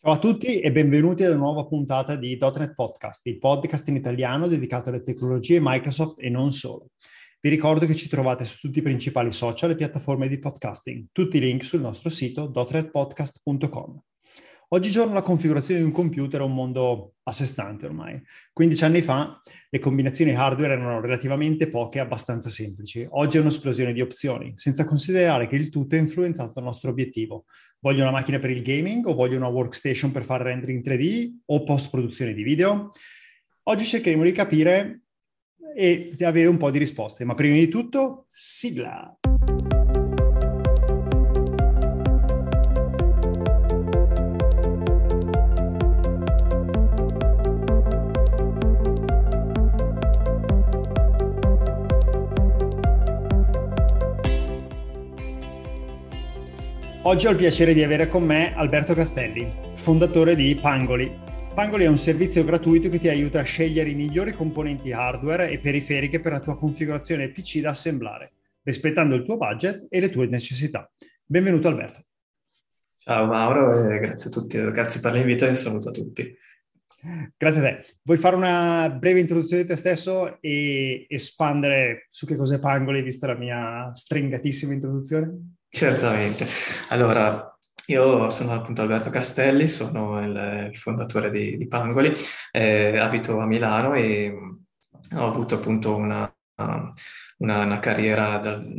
Ciao a tutti e benvenuti ad una nuova puntata di .NET Podcast, il podcast in italiano dedicato alle tecnologie Microsoft e non solo. Vi ricordo che ci trovate su tutti i principali social e piattaforme di podcasting, tutti i link sul nostro sito .netpodcast.com. Oggigiorno la configurazione di un computer è un mondo a sé stante ormai. 15 anni fa le combinazioni hardware erano relativamente poche e abbastanza semplici. Oggi è un'esplosione di opzioni, senza considerare che il tutto è influenzato dal nostro obiettivo. Voglio una macchina per il gaming o voglio una workstation per fare rendering in 3D o post-produzione di video? Oggi cercheremo di capire e di avere un po' di risposte, ma prima di tutto, sigla! Oggi ho il piacere di avere con me Alberto Castelli, fondatore di Pangoli. Pangoli è un servizio gratuito che ti aiuta a scegliere i migliori componenti hardware e periferiche per la tua configurazione PC da assemblare, rispettando il tuo budget e le tue necessità. Benvenuto Alberto. Ciao Mauro e grazie a tutti, grazie per l'invito e saluto a tutti. Grazie a te. Vuoi fare una breve introduzione di te stesso e espandere su che cos'è Pangoli, vista la mia stringatissima introduzione? Certamente. Allora, io sono appunto Alberto Castelli, sono il fondatore di Pangoli, abito a Milano e ho avuto appunto una carriera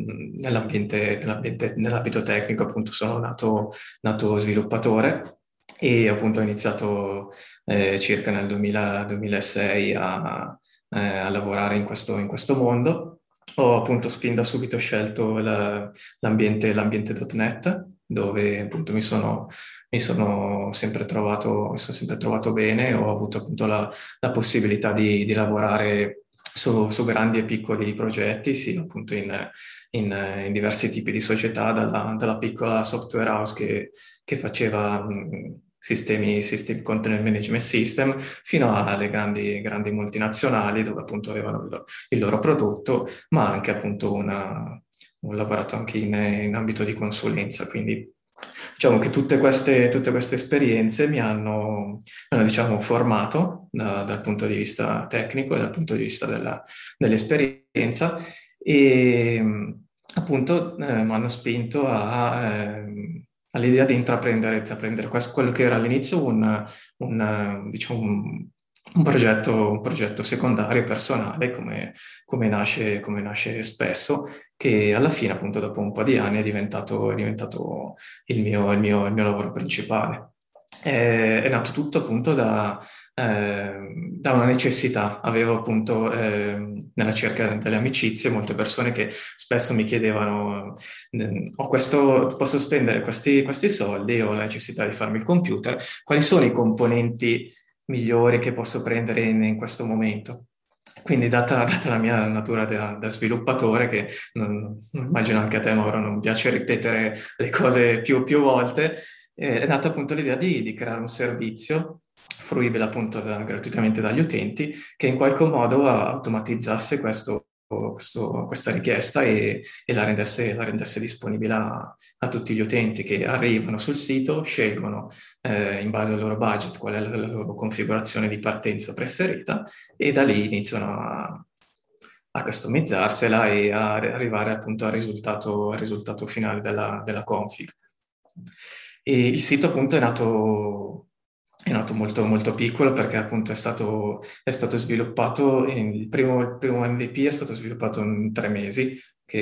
nell'ambito tecnico, appunto sono nato sviluppatore e appunto ho iniziato circa nel 2006 a lavorare in questo mondo. Ho appunto fin da subito scelto l'ambiente .NET, dove appunto mi sono sempre trovato bene. Ho avuto appunto la possibilità di lavorare su grandi e piccoli progetti, sì, appunto in diversi tipi di società, dalla piccola software house che faceva sistemi content management system, fino alle grandi multinazionali dove appunto avevano il loro prodotto, ma anche appunto ho lavorato anche in ambito di consulenza, quindi diciamo che tutte queste esperienze mi hanno, diciamo, formato dal punto di vista tecnico e dal punto di vista dell'esperienza e appunto mi hanno spinto all'idea di intraprendere quello che era all'inizio diciamo, un progetto secondario, personale, come nasce spesso, che alla fine, appunto, dopo un po' di anni è diventato il mio lavoro principale. È nato tutto appunto da una necessità. Avevo appunto nella cerca delle amicizie molte persone che spesso mi chiedevano posso spendere questi soldi, ho la necessità di farmi il computer, quali sono i componenti migliori che posso prendere in questo momento? Quindi data la mia natura da sviluppatore, che non immagino anche a te, Mauro, non mi piace ripetere le cose più volte, è nata appunto l'idea di creare un servizio fruibile appunto gratuitamente dagli utenti, che in qualche modo automatizzasse questa richiesta e la rendesse disponibile a tutti gli utenti che arrivano sul sito, scelgono in base al loro budget qual è la loro configurazione di partenza preferita e da lì iniziano a customizzarsela e a arrivare appunto al risultato finale della config. E il sito appunto è nato molto, molto piccolo perché appunto è stato sviluppato, il primo MVP è stato sviluppato in 3 mesi,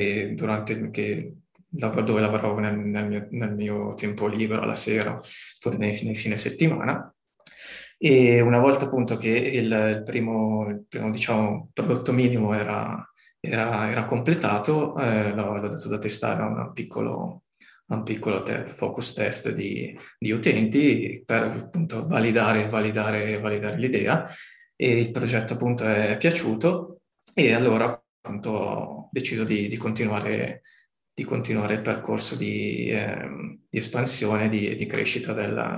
dove lavoravo nel mio tempo libero, alla sera, pure nei fine settimana. E una volta appunto che il primo, diciamo, prodotto minimo era completato, l'ho dato da testare a un piccolo focus test di utenti per appunto validare l'idea, e il progetto appunto è piaciuto e allora appunto ho deciso di continuare il percorso di espansione, di crescita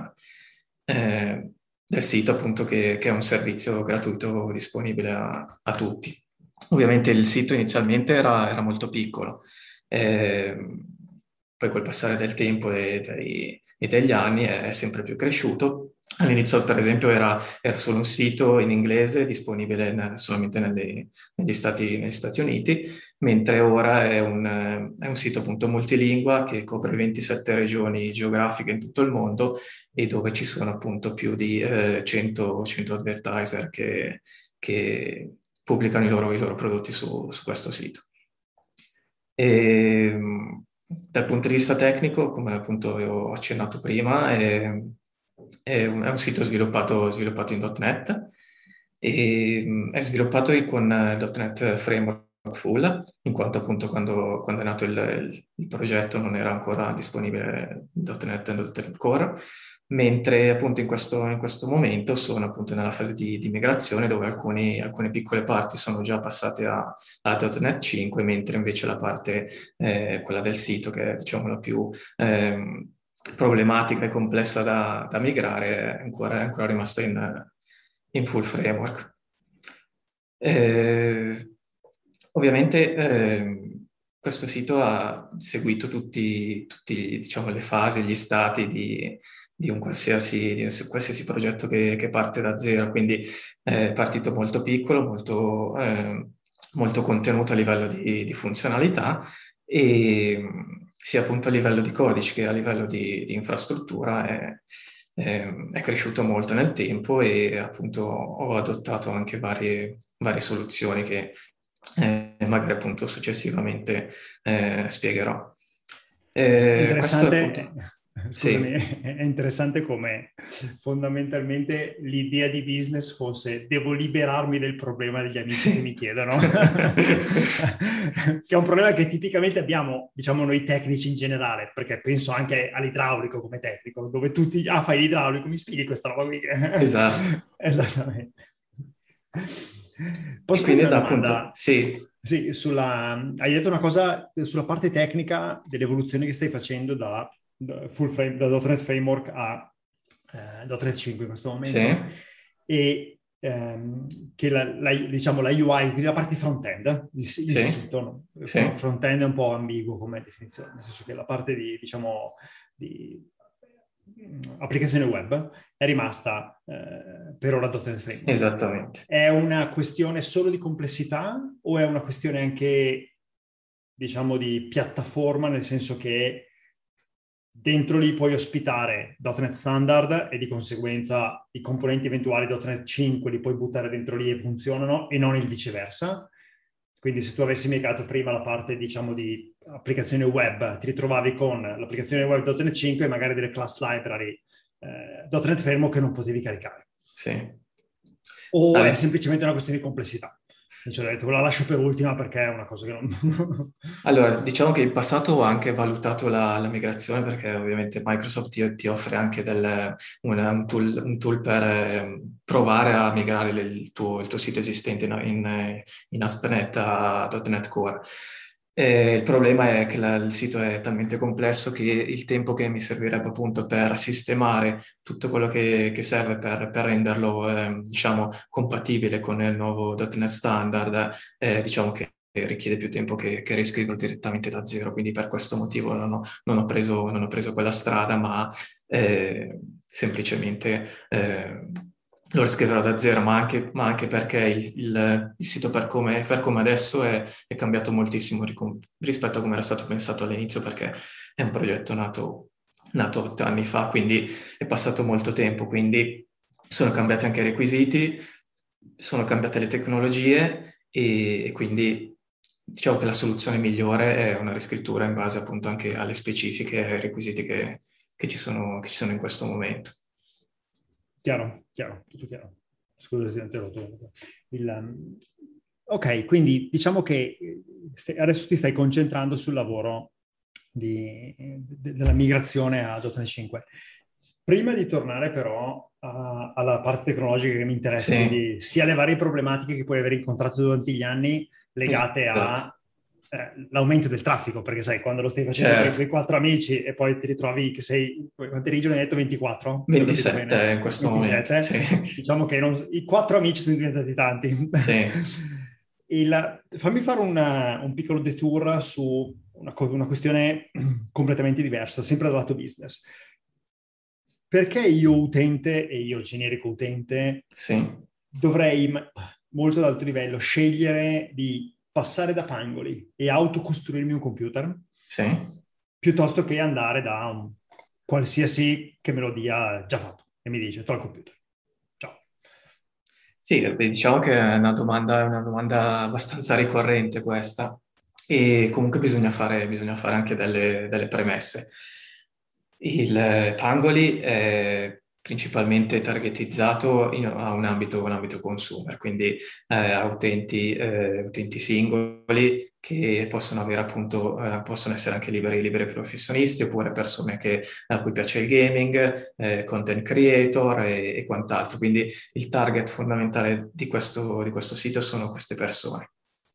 del sito, appunto, che è un servizio gratuito disponibile a tutti. Ovviamente il sito inizialmente era molto piccolo, eh, poi col passare del tempo e degli anni è sempre più cresciuto All'inizio, per esempio, era solo un sito in inglese disponibile solamente negli Stati Uniti, mentre ora è un sito appunto multilingua che copre 27 regioni geografiche in tutto il mondo e dove ci sono appunto più di 100 advertiser che pubblicano i loro prodotti su questo sito. E, dal punto di vista tecnico, come appunto avevo accennato prima, è un sito sviluppato in .NET e è sviluppato con il .NET Framework Full, in quanto appunto quando è nato il progetto non era ancora disponibile .NET e .NET Core, mentre appunto in questo momento sono appunto nella fase di migrazione dove alcune piccole parti sono già passate a .NET 5, mentre invece la parte, quella del sito, che è diciamo la più problematica e complessa da migrare, è ancora rimasta in full framework. Ovviamente questo sito ha seguito tutti, diciamo, le fasi, gli stati di un qualsiasi progetto che parte da zero, quindi è partito molto piccolo, molto contenuto a livello di funzionalità e sia appunto a livello di codice che a livello di infrastruttura è cresciuto molto nel tempo e appunto ho adottato anche varie soluzioni che magari appunto successivamente spiegherò. Questo è Interessante, appunto... scusami, Sì, è interessante come fondamentalmente l'idea di business fosse devo liberarmi del problema degli amici che sì. mi chiedono, che è un problema che tipicamente abbiamo, diciamo noi tecnici in generale, perché penso anche all'idraulico come tecnico, dove tutti, fai l'idraulico, mi spieghi questa roba qui? Esatto. Esattamente. E Posso farti quindi una da appunto, domanda? sì, Sì, hai detto una cosa sulla parte tecnica dell'evoluzione che stai facendo da .NET Framework a .NET 5 in questo sì, momento e che diciamo, la UI, quindi la parte front-end, il sì, sito, no? sì, Front-end è un po' ambiguo come definizione, nel senso che la parte di, diciamo, di applicazione web è rimasta per ora .NET Framework. esattamente. È una questione solo di complessità o è una questione anche, diciamo, di piattaforma, nel senso che dentro lì puoi ospitare .NET Standard e di conseguenza i componenti eventuali .NET 5 li puoi buttare dentro lì e funzionano e non il viceversa. Quindi se tu avessi migrato prima la parte, diciamo, di applicazione web, ti ritrovavi con l'applicazione web .NET 5 e magari delle class library .NET Framework che non potevi caricare. Sì. O è Al- semplicemente una questione di complessità? E ci ho detto, la lascio per ultima perché è una cosa che non... Allora, diciamo che in passato ho anche valutato la migrazione perché ovviamente Microsoft ti offre anche un tool per provare a migrare il tuo sito esistente in ASP.NET a .NET Core. Il problema è che il sito è talmente complesso che il tempo che mi servirebbe appunto per sistemare tutto quello che serve per renderlo, diciamo, compatibile con il nuovo .NET Standard, diciamo che richiede più tempo che riscriverlo direttamente da zero, quindi per questo motivo non ho preso quella strada, ma semplicemente lo riscriverò da zero, ma anche perché il sito per come adesso è cambiato moltissimo rispetto a come era stato pensato all'inizio, perché è un progetto nato 8 anni fa, quindi è passato molto tempo, quindi sono cambiati anche i requisiti, sono cambiate le tecnologie e quindi diciamo che la soluzione migliore è una riscrittura in base appunto anche alle specifiche e ai requisiti che ci sono in questo momento. Chiaro, chiaro, tutto chiaro. Scusa se ti ho interrotto. Ok, quindi diciamo che adesso ti stai concentrando sul lavoro della migrazione a .NET 5. Prima di tornare però alla parte tecnologica che mi interessa, Sì, quindi sia le varie problematiche che puoi aver incontrato durante gli anni legate esatto, all'aumento del traffico, perché sai, quando lo stai facendo con i certo. tuoi quattro amici e poi ti ritrovi che sei, quante regioni hai detto? 24? Se ho capito 27 bene? in questo momento, 27? sì, Diciamo che i quattro amici sono diventati tanti. sì, Fammi fare un piccolo detour su una questione completamente diversa, sempre dal lato business. perché io utente, e io generico utente, Sì, dovrei molto ad alto livello scegliere di passare da Pangoli e autocostruirmi un computer sì. piuttosto che andare da un qualsiasi che me lo dia già fatto e mi dice, il computer. Ciao. Sì, beh, diciamo che è una domanda abbastanza ricorrente questa e comunque bisogna fare anche delle premesse. Il Pangoli è principalmente targetizzato a un ambito consumer, quindi utenti singoli che possono avere appunto, possono essere anche liberi professionisti oppure persone a cui piace il gaming, content creator e quant'altro. Quindi il target fondamentale di questo sito sono queste persone.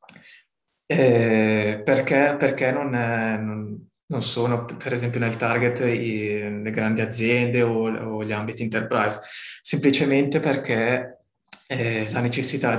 Perché non sono, per esempio, nel target le grandi aziende o gli ambiti enterprise? Semplicemente perché la necessità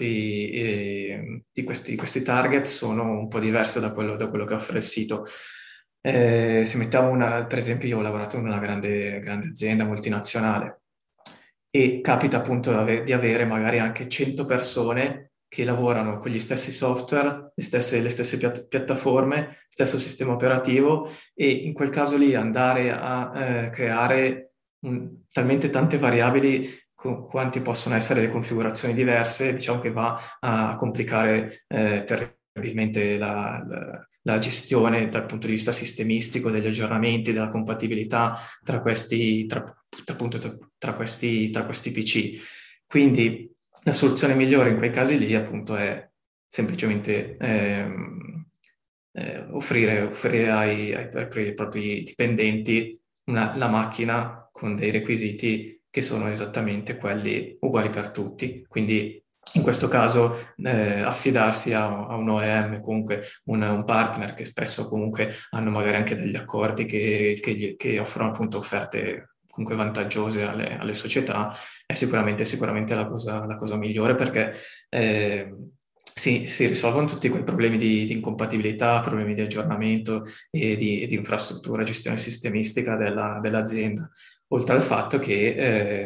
questi target sono un po' diverse da quello che offre il sito. Se mettiamo per esempio, io ho lavorato in una grande azienda multinazionale e capita appunto di avere magari anche 100 persone che lavorano con gli stessi software, le stesse piattaforme, stesso sistema operativo e in quel caso lì andare a creare talmente tante variabili quanti possono essere le configurazioni diverse, diciamo che va a complicare terribilmente la gestione dal punto di vista sistemistico, degli aggiornamenti, della compatibilità appunto, tra questi PC. Quindi la soluzione migliore in quei casi lì appunto è semplicemente offrire ai propri dipendenti la macchina con dei requisiti che sono esattamente quelli uguali per tutti. Quindi in questo caso affidarsi a un OEM, comunque un partner che spesso comunque hanno magari anche degli accordi che offrono appunto offerte comunque vantaggiose alle società, è sicuramente la cosa migliore perché si risolvono tutti quei problemi di incompatibilità, problemi di aggiornamento e di infrastruttura, gestione sistemistica dell'azienda, oltre al fatto che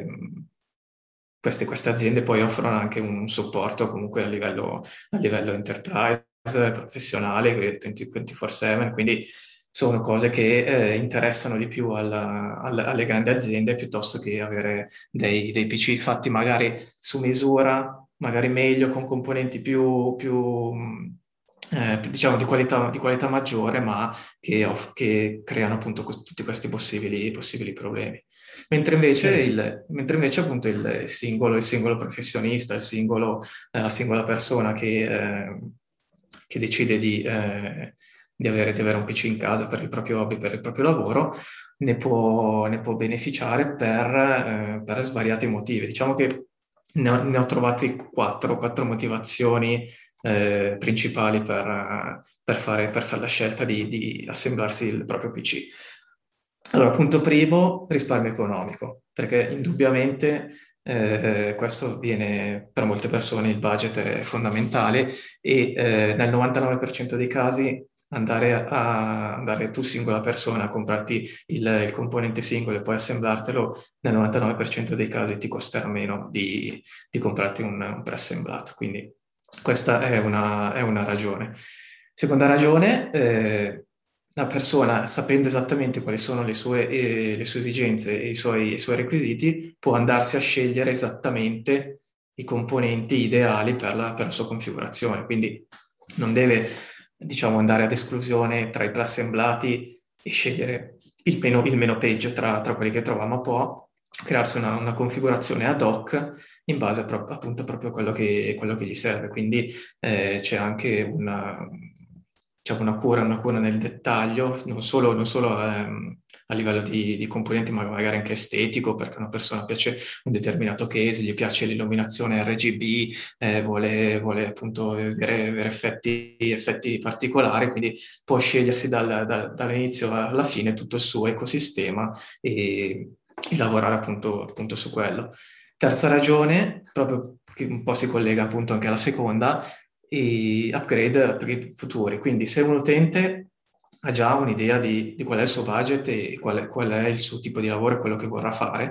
queste aziende poi offrono anche un supporto comunque a livello enterprise, professionale, 24/7, quindi sono cose che interessano di più alle grandi aziende piuttosto che avere dei PC fatti magari su misura, magari meglio, con componenti diciamo di qualità maggiore, ma che creano appunto tutti questi possibili problemi. Eh sì. Mentre invece appunto il singolo professionista, la singola persona che decide di avere un PC in casa per il proprio hobby, per il proprio lavoro, ne può beneficiare per svariati motivi. Diciamo che ne ho trovati quattro motivazioni principali per fare la scelta di assemblarsi il proprio PC. Allora, punto primo, risparmio economico, perché indubbiamente questo viene per molte persone il budget è fondamentale e nel 99% dei casi andare tu singola persona a comprarti il componente singolo e poi assemblartelo, nel 99% dei casi ti costerà meno di comprarti un preassemblato. Quindi questa è una ragione. Seconda ragione, la persona, sapendo esattamente quali sono le sue esigenze e i suoi requisiti, può andarsi a scegliere esattamente i componenti ideali per la sua configurazione. Quindi non deve, diciamo, andare ad esclusione tra i preassemblati e scegliere il meno peggio tra quelli che trova, ma può crearsi una configurazione ad hoc in base appunto proprio a quello che gli serve. Quindi c'è anche diciamo, una cura nel dettaglio, non solo a livello di componenti, ma magari anche estetico, perché a una persona piace un determinato case, gli piace l'illuminazione RGB, vuole appunto avere effetti particolari, quindi può scegliersi dall'inizio alla fine tutto il suo ecosistema e lavorare appunto su quello. Terza ragione, proprio che un po' si collega appunto anche alla seconda, e upgrade futuri. Quindi se un utente ha già un'idea di qual è il suo budget e qual è il suo tipo di lavoro e quello che vorrà fare,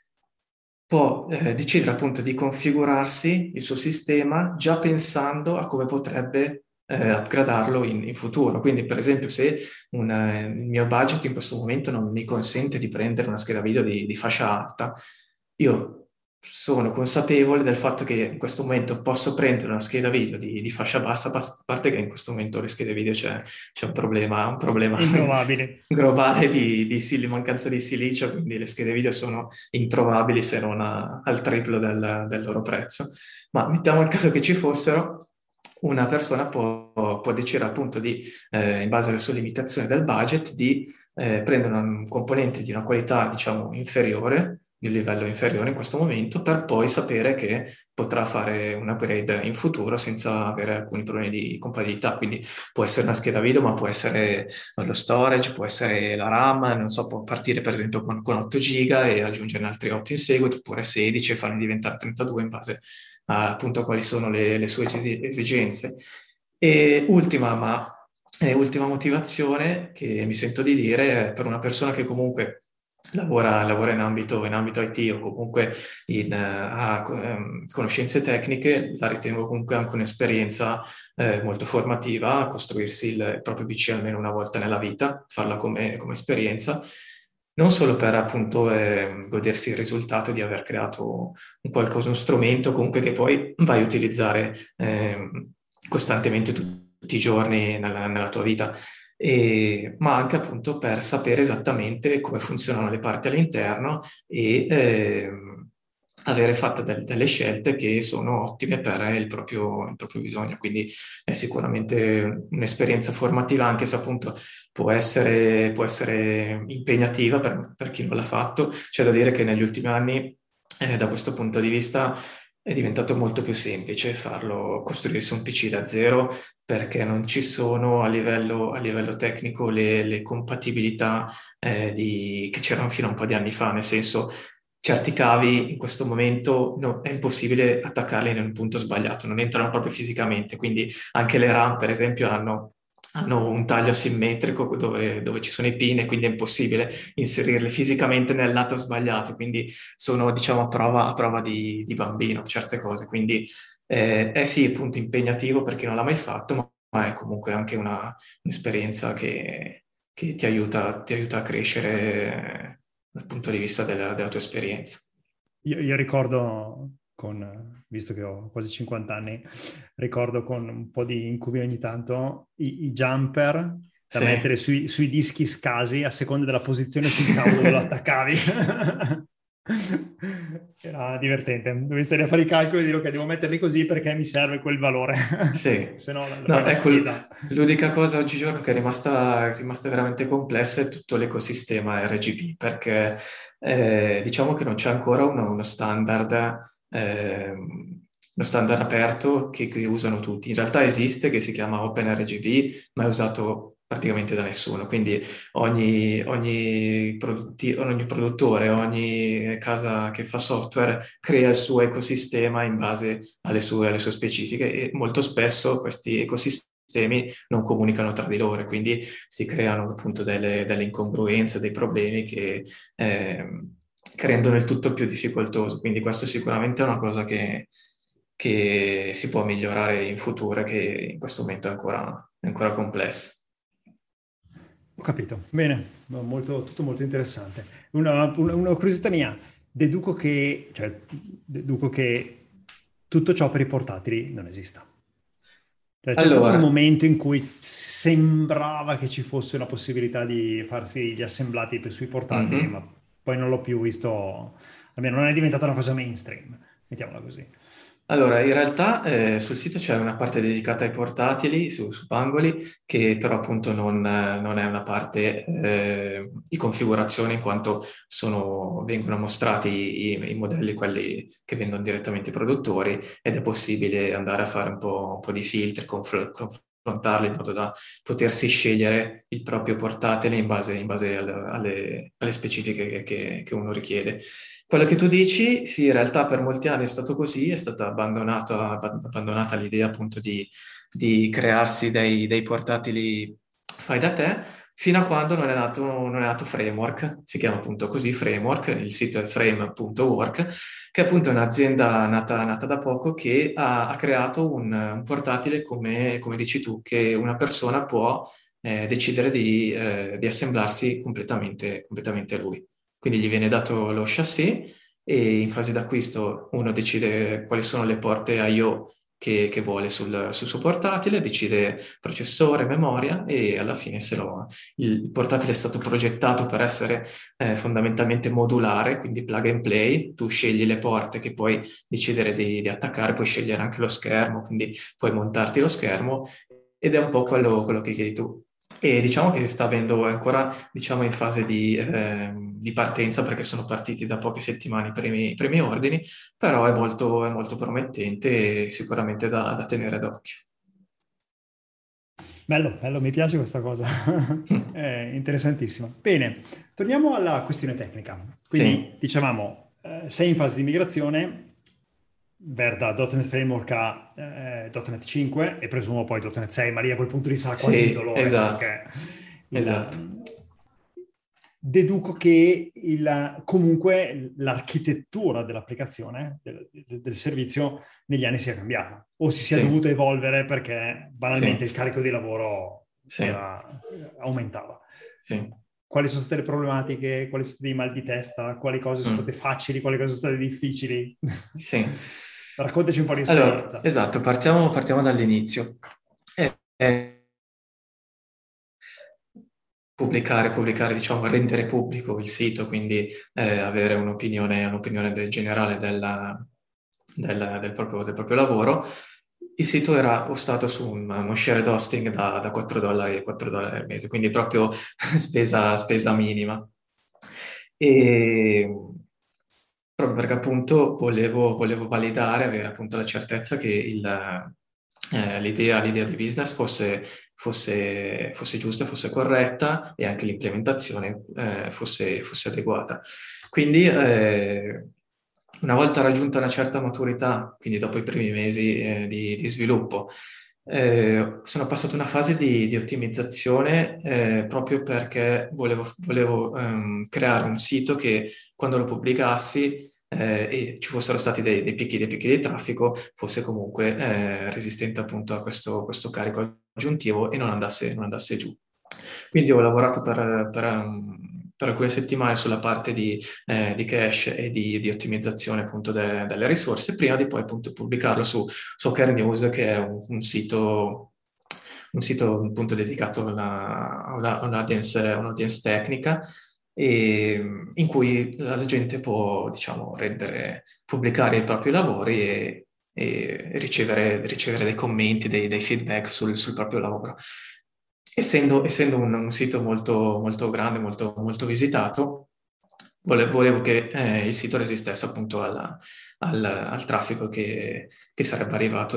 può decidere appunto di configurarsi il suo sistema già pensando a come potrebbe upgradarlo in futuro. Quindi, per esempio, se il mio budget in questo momento non mi consente di prendere una scheda video di fascia alta, io sono consapevole del fatto che in questo momento posso prendere una scheda video di fascia bassa, a parte che in questo momento le schede video c'è un problema Introvabili. globale di mancanza di silicio, quindi le schede video sono introvabili se non al triplo del loro prezzo. Ma mettiamo il caso che ci fossero, una persona può decidere appunto in base alle sue limitazioni del budget, di prendere un componente di una qualità, diciamo, inferiore, di un livello inferiore in questo momento, per poi sapere che potrà fare un upgrade in futuro senza avere alcuni problemi di compatibilità. Quindi può essere una scheda video, ma può essere lo storage, può essere la RAM, non so, può partire per esempio con 8 giga e aggiungerne altri 8 in seguito, oppure 16 e farne diventare 32 in base appunto a quali sono le sue esigenze. E ultima motivazione che mi sento di dire è per una persona che comunque lavora in ambito IT o comunque ha conoscenze tecniche, la ritengo comunque anche un'esperienza molto formativa, costruirsi il proprio PC almeno una volta nella vita, farla come esperienza, non solo per appunto godersi il risultato di aver creato uno strumento comunque che poi vai a utilizzare costantemente tutti i giorni nella tua vita, ma anche appunto per sapere esattamente come funzionano le parti all'interno e avere fatto delle scelte che sono ottime per il proprio bisogno. Quindi è sicuramente un'esperienza formativa, anche se appunto può essere impegnativa per chi non l'ha fatto. C'è da dire che negli ultimi anni, da questo punto di vista, è diventato molto più semplice costruirsi un PC da zero, perché non ci sono a livello tecnico le compatibilità che c'erano fino a un po' di anni fa, nel senso certi cavi in questo momento è impossibile attaccarli in un punto sbagliato, non entrano proprio fisicamente, quindi anche le RAM per esempio hanno un taglio asimmetrico dove ci sono i pin e quindi è impossibile inserirli fisicamente nel lato sbagliato, quindi sono diciamo a prova di bambino certe cose, quindi è sì appunto impegnativo per chi non l'ha mai fatto, ma è comunque anche un'esperienza che ti aiuta a crescere dal punto di vista della tua esperienza. Io ricordo, visto che ho quasi 50 anni, ricordo con un po' di incubi ogni tanto i jumper da Sì. mettere sui dischi scasi a seconda della posizione sul tavolo dove lo attaccavi. Era divertente. Dovevi stare a fare i calcoli e dire ok, devo metterli così perché mi serve quel valore. Sì. Se no, No, poi la ecco, scheda. l'unica cosa oggigiorno che è rimasta veramente complessa è tutto l'ecosistema RGB, perché diciamo che non c'è ancora uno standard aperto che usano tutti. In realtà esiste, che si chiama OpenRGB, ma è usato praticamente da nessuno, quindi ogni produttore, ogni casa che fa software crea il suo ecosistema in base alle sue specifiche, e molto spesso questi ecosistemi non comunicano tra di loro, quindi si creano appunto delle incongruenze, dei problemi che rendono il tutto più difficoltoso. Quindi questo sicuramente è una cosa che si può migliorare in futuro e che in questo momento è ancora complessa. Ho capito, bene, tutto molto interessante. Una curiosità mia, deduco che tutto ciò per i portatili non esista. Cioè, c'è stato un Allora, momento in cui sembrava che ci fosse una possibilità di farsi gli assemblati sui portatili, ma mhm. poi non l'ho più visto, almeno non è diventata una cosa mainstream, mettiamola così. Allora, in realtà sul sito c'è una parte dedicata ai portatili su Pangoli, che però appunto non è una parte di configurazione, in quanto vengono mostrati i modelli, quelli che vendono direttamente i produttori, ed è possibile andare a fare un po' di filtri, confrontarli in modo da potersi scegliere il proprio portatile in base alle specifiche che uno richiede. Quello che tu dici, sì, in realtà per molti anni è stato così, è stata abbandonata l'idea appunto di crearsi dei portatili fai da te, fino a quando non è nato Framework, si chiama appunto così Framework, il sito è frame.work, che è appunto un'azienda nata da poco che ha creato un portatile come dici tu, che una persona può decidere di assemblarsi completamente lui. Quindi gli viene dato lo chassis e in fase d'acquisto uno decide quali sono le porte I/O che vuole sul suo portatile, decide processore, memoria e alla fine il portatile è stato progettato per essere fondamentalmente modulare, quindi plug and play, tu scegli le porte che puoi decidere di attaccare, puoi scegliere anche lo schermo, quindi puoi montarti lo schermo ed è un po' quello che chiedi tu. E diciamo che sta avendo è ancora, diciamo, in fase di partenza perché sono partiti da poche settimane i primi ordini, però è molto promettente e sicuramente da tenere d'occhio. Bello, bello, mi piace questa cosa. È interessantissima. Bene, torniamo alla questione tecnica. Sì, Quindi, dicevamo, sei in fase di migrazione da .NET Framework a .NET 5 e presumo poi .NET 6, ma lì a quel punto lì sarà quasi un sì, dolore esatto, perché esatto, deduco che comunque l'architettura dell'applicazione, del servizio, negli anni sia cambiata o si sia sì, dovuto evolvere perché banalmente sì, il carico di lavoro sì, aumentava. sì. Quali sono state le problematiche? Quali sono stati i mal di testa? Quali cose sono state Mm, facili? Quali cose sono state difficili? sì. Raccontaci un po' di Allora, esperienza. esatto, partiamo dall'inizio. Eh, pubblicare, diciamo, rendere pubblico il sito, quindi avere un'opinione generale del proprio lavoro. Il sito era hostato su uno shared hosting da $4, $4 al mese, quindi proprio spesa minima. E proprio perché appunto volevo validare, avere appunto la certezza che l'idea di business fosse giusta, fosse corretta e anche l'implementazione fosse adeguata. Quindi, una volta raggiunta una certa maturità, quindi dopo i primi mesi di sviluppo, sono passato una fase di ottimizzazione proprio perché volevo creare un sito che quando lo pubblicassi e ci fossero stati dei picchi di traffico, fosse comunque resistente appunto a questo carico aggiuntivo e non andasse giù. Quindi ho lavorato per alcune settimane sulla parte di cache e di ottimizzazione appunto delle risorse, prima di poi appunto pubblicarlo su Soccer News, che è un sito appunto dedicato a un'audience tecnica, in cui la gente può, diciamo, pubblicare i propri lavori e ricevere dei commenti, dei feedback sul proprio lavoro. Essendo un sito molto grande, molto visitato, volevo che il sito resistesse appunto al traffico che sarebbe arrivato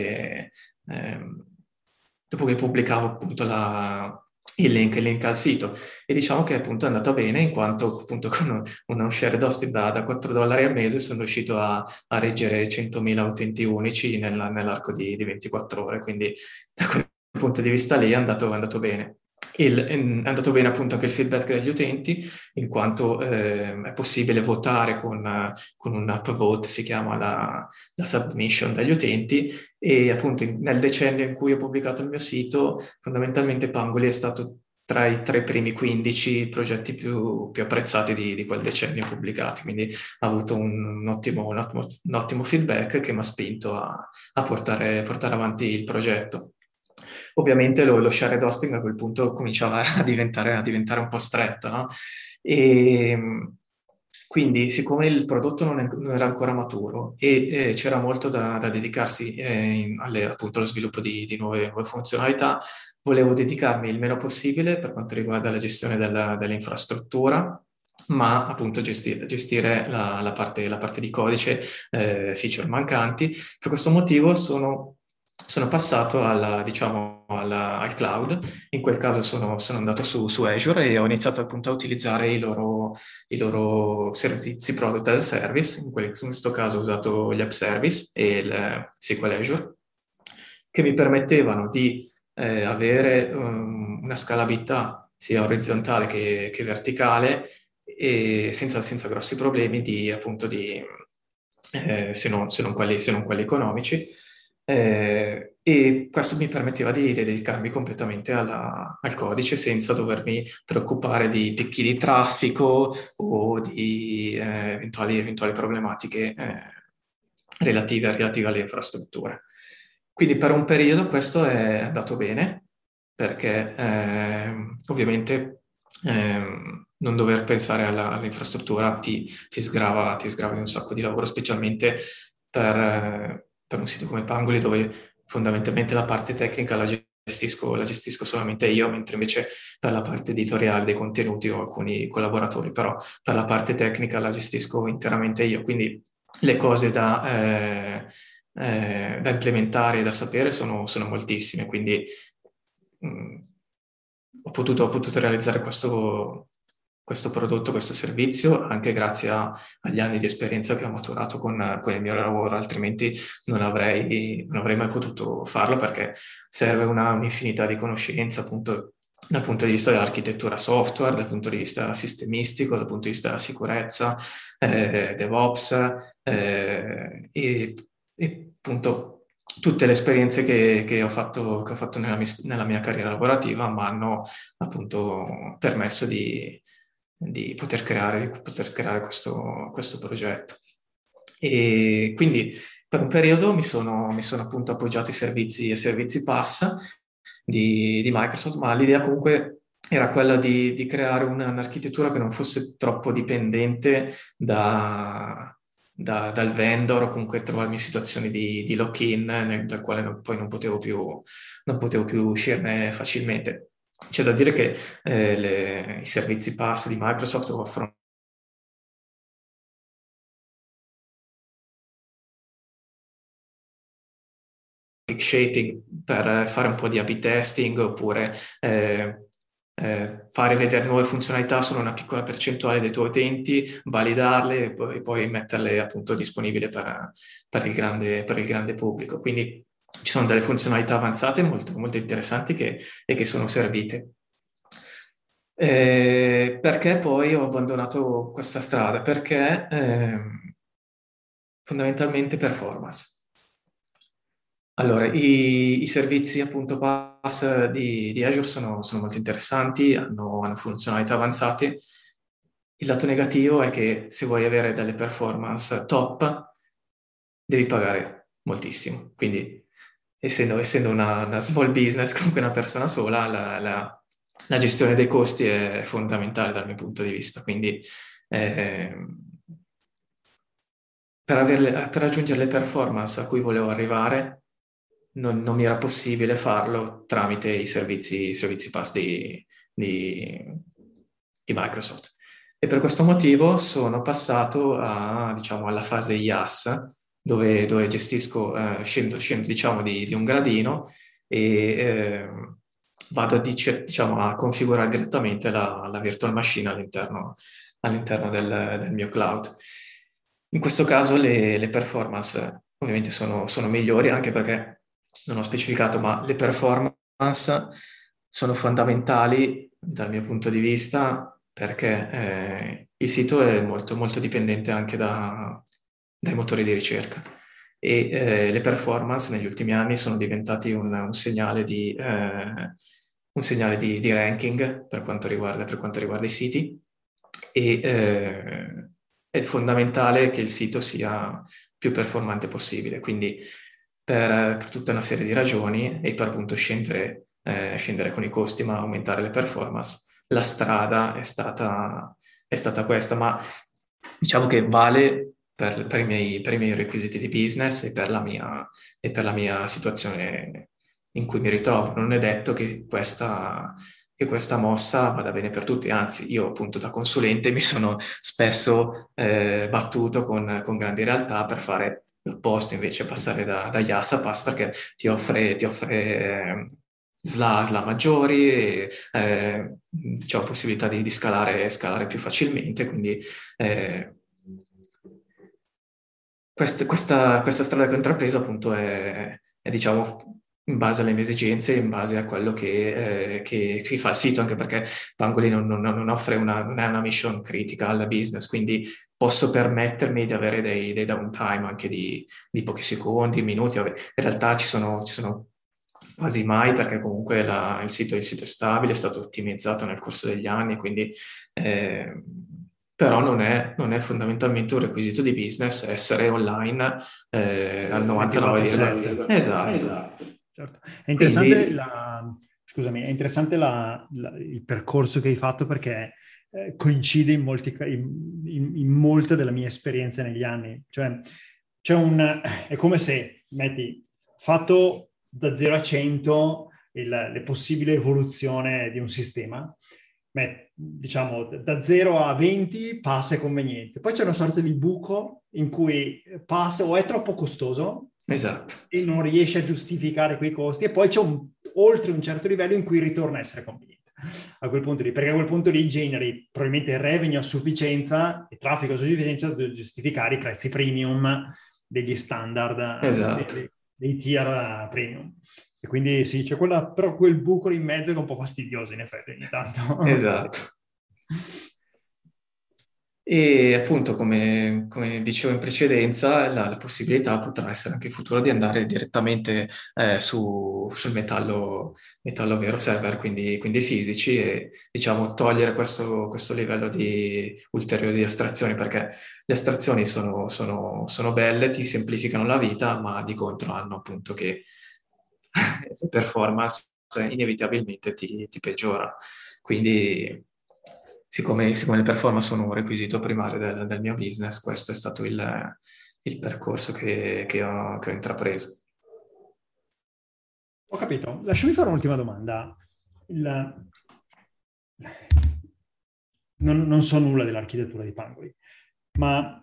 ehm, dopo che pubblicavo appunto il link al sito. E diciamo che appunto è andata bene in quanto appunto con uno share hosting da $4 al mese sono riuscito a reggere 100.000 utenti unici nell'arco di 24 ore, quindi da quel punto di vista lì è andato bene. È andato bene appunto anche il feedback degli utenti, in quanto è possibile votare con un upvote, si chiama la submission dagli utenti, e appunto nel decennio in cui ho pubblicato il mio sito, fondamentalmente Pangoli è stato tra i tre primi 15 progetti più apprezzati di quel decennio pubblicati, quindi ha avuto un ottimo feedback che mi ha spinto a portare avanti il progetto. Ovviamente lo shared hosting a quel punto cominciava a diventare un po' stretto, no? E quindi, siccome il prodotto non era ancora maturo e c'era molto da dedicarsi appunto allo sviluppo di nuove funzionalità, volevo dedicarmi il meno possibile per quanto riguarda la gestione dell'infrastruttura, ma appunto gestire la parte di codice, feature mancanti. Per questo motivo sono passato diciamo, al cloud. In quel caso sono andato su Azure e ho iniziato appunto a utilizzare i loro servizi product as a service. In questo caso ho usato gli app service e il SQL Azure, che mi permettevano di avere una scalabilità sia orizzontale che verticale, e senza grossi problemi se non quelli economici. E questo mi permetteva di dedicarmi completamente al codice senza dovermi preoccupare di picchi di traffico o di eventuali problematiche relative alle infrastrutture. Quindi per un periodo questo è andato bene, perché ovviamente non dover pensare all'infrastruttura ti sgrava di un sacco di lavoro, specialmente per un sito come Pangoli, dove fondamentalmente la parte tecnica la gestisco solamente io, mentre invece per la parte editoriale dei contenuti ho alcuni collaboratori, però per la parte tecnica la gestisco interamente io. Quindi le cose da implementare e da sapere sono moltissime, quindi mh, ho potuto realizzare questo prodotto, questo servizio, anche grazie agli anni di esperienza che ho maturato con il mio lavoro, altrimenti non avrei mai potuto farlo, perché serve un'infinità di conoscenze, appunto, dal punto di vista dell'architettura software, dal punto di vista sistemistico, dal punto di vista della sicurezza, DevOps, e appunto tutte le esperienze che ho fatto nella mia carriera lavorativa mi hanno appunto permesso di poter creare questo progetto. E quindi per un periodo mi sono appunto appoggiato ai servizi PaaS di Microsoft, ma l'idea comunque era quella di creare un'architettura che non fosse troppo dipendente dal vendor, o comunque trovarmi in situazioni di lock-in dal quale poi non potevo più uscirne facilmente. C'è da dire che i servizi PaaS di Microsoft offrono shaping per fare un po' di A/B testing, oppure fare vedere nuove funzionalità su una piccola percentuale dei tuoi utenti, validarle e poi metterle appunto disponibili per il grande pubblico. Quindi ci sono delle funzionalità avanzate molto, molto interessanti che sono servite. Perché poi ho abbandonato questa strada? Perché fondamentalmente performance. Allora, i servizi appunto PaaS di Azure sono molto interessanti, hanno funzionalità avanzate. Il lato negativo è che se vuoi avere delle performance top, devi pagare moltissimo. Quindi, essendo una small business, comunque una persona sola, la gestione dei costi è fondamentale dal mio punto di vista. Quindi, per raggiungere le performance a cui volevo arrivare, non mi era possibile farlo tramite i servizi PaaS di Microsoft. E per questo motivo sono passato diciamo, alla fase IaaS, dove scendo, diciamo, di un gradino e vado diciamo, a configurare direttamente la virtual machine all'interno del mio cloud. In questo caso le performance ovviamente sono migliori, anche perché non ho specificato, ma le performance sono fondamentali dal mio punto di vista, perché il sito è molto, molto dipendente anche dai motori di ricerca, e le performance negli ultimi anni sono diventati un segnale di ranking per quanto riguarda i siti, e è fondamentale che il sito sia più performante possibile. Quindi per tutta una serie di ragioni, e per appunto scendere con i costi ma aumentare le performance, la strada è stata questa, ma diciamo che vale per i miei requisiti di business e per la mia situazione in cui mi ritrovo. Non è detto che questa mossa vada bene per tutti, anzi, io appunto da consulente mi sono spesso battuto con grandi realtà per fare l'opposto, invece passare da IaaS a PaaS, perché ti offre SLA maggiori, e c'è la possibilità di scalare più facilmente, quindi questa strada che ho intrapreso appunto è, diciamo, in base alle mie esigenze, in base a quello che fa il sito, anche perché Pangolin non offre non è una mission critica al business, quindi posso permettermi di avere dei downtime anche di pochi secondi, minuti. Vabbè, in realtà ci sono quasi mai, perché comunque il sito è stabile, è stato ottimizzato nel corso degli anni, quindi eh, però non è fondamentalmente un requisito di business essere online al 99,9. 24/7. Esatto. Certo. È interessante Quindi, scusami, è interessante il percorso che hai fatto perché coincide in molte delle mie esperienze negli anni. Cioè, è come se, metti, fatto da 0 a 100 le possibili evoluzione di un sistema, diciamo da 0 a 20 passa è conveniente. Poi c'è una sorta di buco in cui passa o è troppo costoso esatto, e non riesce a giustificare quei costi, e poi c'è oltre un certo livello in cui ritorna a essere conveniente. A quel punto lì, perché a quel punto lì generi probabilmente revenue a sufficienza e traffico a sufficienza da giustificare i prezzi premium degli standard, esatto, dei tier premium. E quindi sì, c'è però quel buco in mezzo che è un po' fastidioso in effetti ogni tanto. esatto. E appunto, come dicevo in precedenza, la possibilità potrà essere anche in futuro di andare direttamente sul metallo vero server, quindi fisici, e diciamo togliere questo livello di ulteriore di astrazioni, perché le astrazioni sono belle, ti semplificano la vita, ma di contro hanno appunto che la performance inevitabilmente ti peggiora. Quindi, siccome le performance sono un requisito primario del mio business, questo è stato il percorso che ho intrapreso. Ho capito. Lasciami fare un'ultima domanda. Non so nulla dell'architettura di Pangoli, ma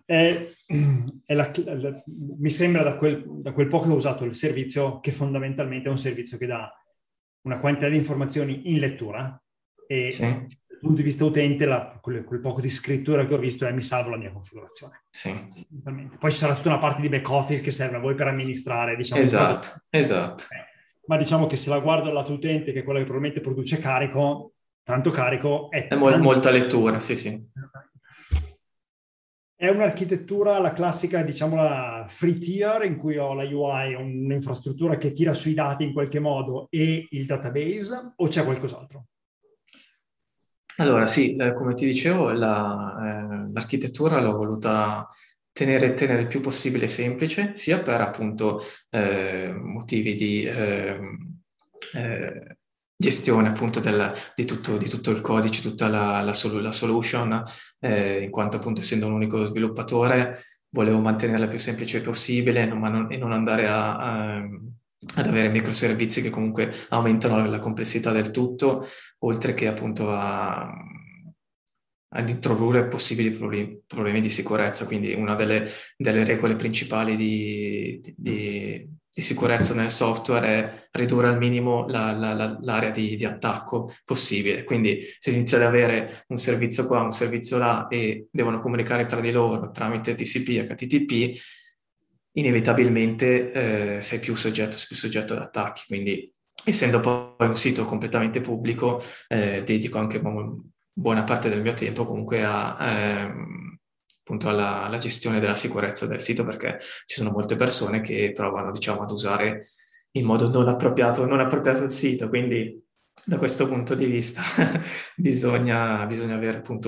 mi sembra da quel poco che ho usato il servizio che fondamentalmente è un servizio che dà una quantità di informazioni in lettura e Sì, dal punto di vista utente quel poco di scrittura che ho visto è mi salvo la mia configurazione. sì, Poi ci sarà tutta una parte di back office che serve a voi per amministrare, diciamo, il prodotto. esatto, esatto. Ma diciamo che se la guardo al lato utente, che è quella che probabilmente produce carico, tanto carico È è tanto. molta lettura, sì, sì. È un'architettura, la classica, diciamo, la free tier, in cui ho la UI, un'infrastruttura che tira sui dati in qualche modo e il database, o c'è qualcos'altro? Allora, sì, come ti dicevo, l'architettura l'ho voluta tenere il più possibile semplice, sia per appunto motivi di gestione appunto di tutto il codice, tutta la solution, in quanto appunto essendo un unico sviluppatore volevo mantenerla più semplice possibile, e non andare ad avere microservizi che comunque aumentano la complessità del tutto, oltre che appunto ad introdurre possibili problemi di sicurezza. Quindi una delle regole principali di sicurezza nel software è ridurre al minimo l'area di attacco possibile. Quindi se inizia ad avere un servizio qua, un servizio là e devono comunicare tra di loro tramite TCP e HTTP, inevitabilmente sei più soggetto ad attacchi. Quindi, essendo poi un sito completamente pubblico, dedico anche buona parte del mio tempo comunque appunto alla gestione della sicurezza del sito, perché ci sono molte persone che provano, diciamo, ad usare in modo non appropriato il sito. Quindi da questo punto di vista bisogna avere appunto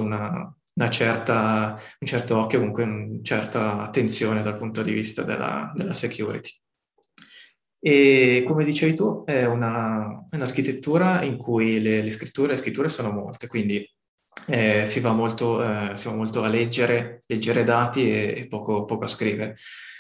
un certo occhio, comunque una certa attenzione dal punto di vista della security. E come dicevi tu, è un'architettura in cui le scritture sono molte, quindi si va molto a leggere dati e poco a scrivere.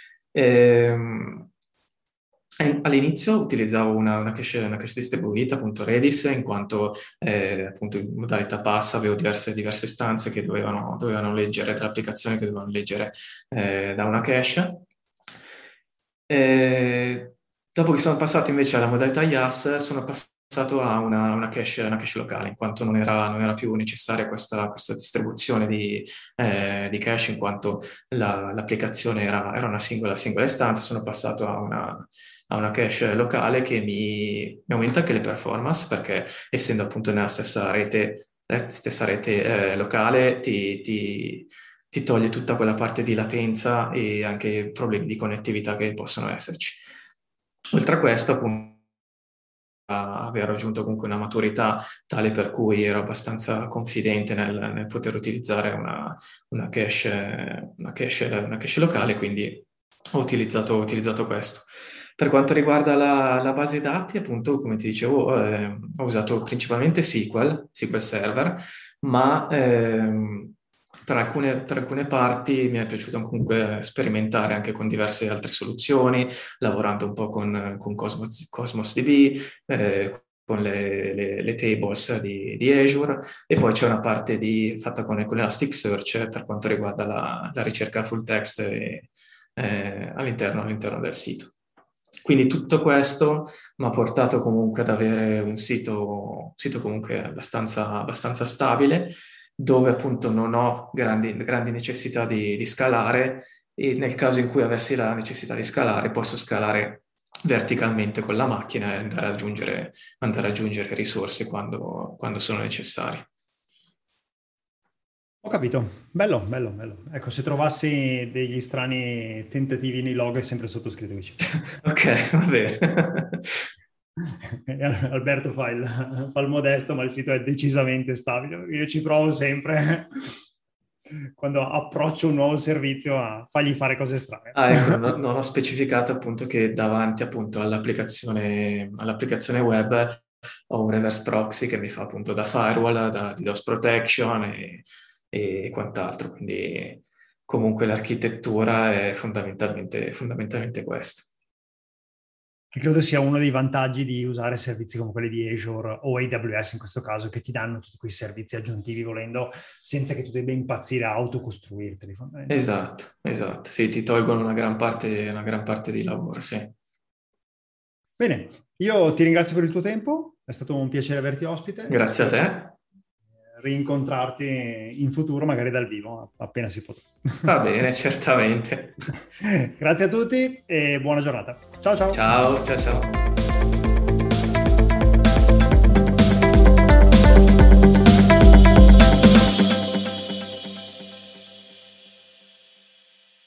All'inizio utilizzavo una cache distribuita, appunto Redis, in quanto appunto in modalità pass avevo diverse stanze che dovevano leggere, delle applicazioni che dovevano leggere da una cache. Dopo che sono passato invece alla modalità IaaS, sono passato passato a una cache locale, in quanto non era più necessaria questa distribuzione di cache, in quanto l'applicazione era una singola istanza. Sono passato a una cache locale che mi aumenta anche le performance, perché essendo appunto nella stessa rete locale, ti toglie tutta quella parte di latenza e anche problemi di connettività che possono esserci. Oltre a questo, appunto, aver raggiunto comunque una maturità tale per cui ero abbastanza confidente nel poter utilizzare una cache locale, quindi ho utilizzato questo. Per quanto riguarda la base dati, appunto, come ti dicevo, ho usato principalmente SQL Server, ma per alcune parti mi è piaciuto comunque sperimentare anche con diverse altre soluzioni, lavorando un po' con Cosmos DB, con le tables di Azure, e poi c'è una parte fatta con Elasticsearch per quanto riguarda la ricerca full text all'interno del sito. Quindi tutto questo mi ha portato comunque ad avere un sito comunque abbastanza stabile, dove appunto non ho grandi necessità di scalare, e nel caso in cui avessi la necessità di scalare, posso scalare verticalmente con la macchina e andare ad aggiungere risorse quando sono necessarie. Ho capito, bello, bello, bello. Ecco, se trovassi degli strani tentativi nei log è sempre sottoscritto vicino. Ok, va bene. Alberto fa il modesto, ma il sito è decisamente stabile. Io ci provo sempre quando approccio un nuovo servizio a fargli fare cose strane. Ecco, non ho specificato appunto che davanti appunto all'applicazione web ho un reverse proxy che mi fa appunto da firewall, da DDoS protection e quant'altro. Quindi comunque l'architettura è fondamentalmente questa. Che credo sia uno dei vantaggi di usare servizi come quelli di Azure o AWS in questo caso, che ti danno tutti quei servizi aggiuntivi volendo, senza che tu debba impazzire a autocostruirteli. Esatto, sì, ti tolgono una gran parte di lavoro, sì. Bene, io ti ringrazio per il tuo tempo, è stato un piacere averti ospite. Grazie a Spero te. rincontrarti in futuro, magari dal vivo, appena si potrà. Va bene, certamente. Grazie a tutti e buona giornata. Ciao ciao! Ciao, ciao, ciao.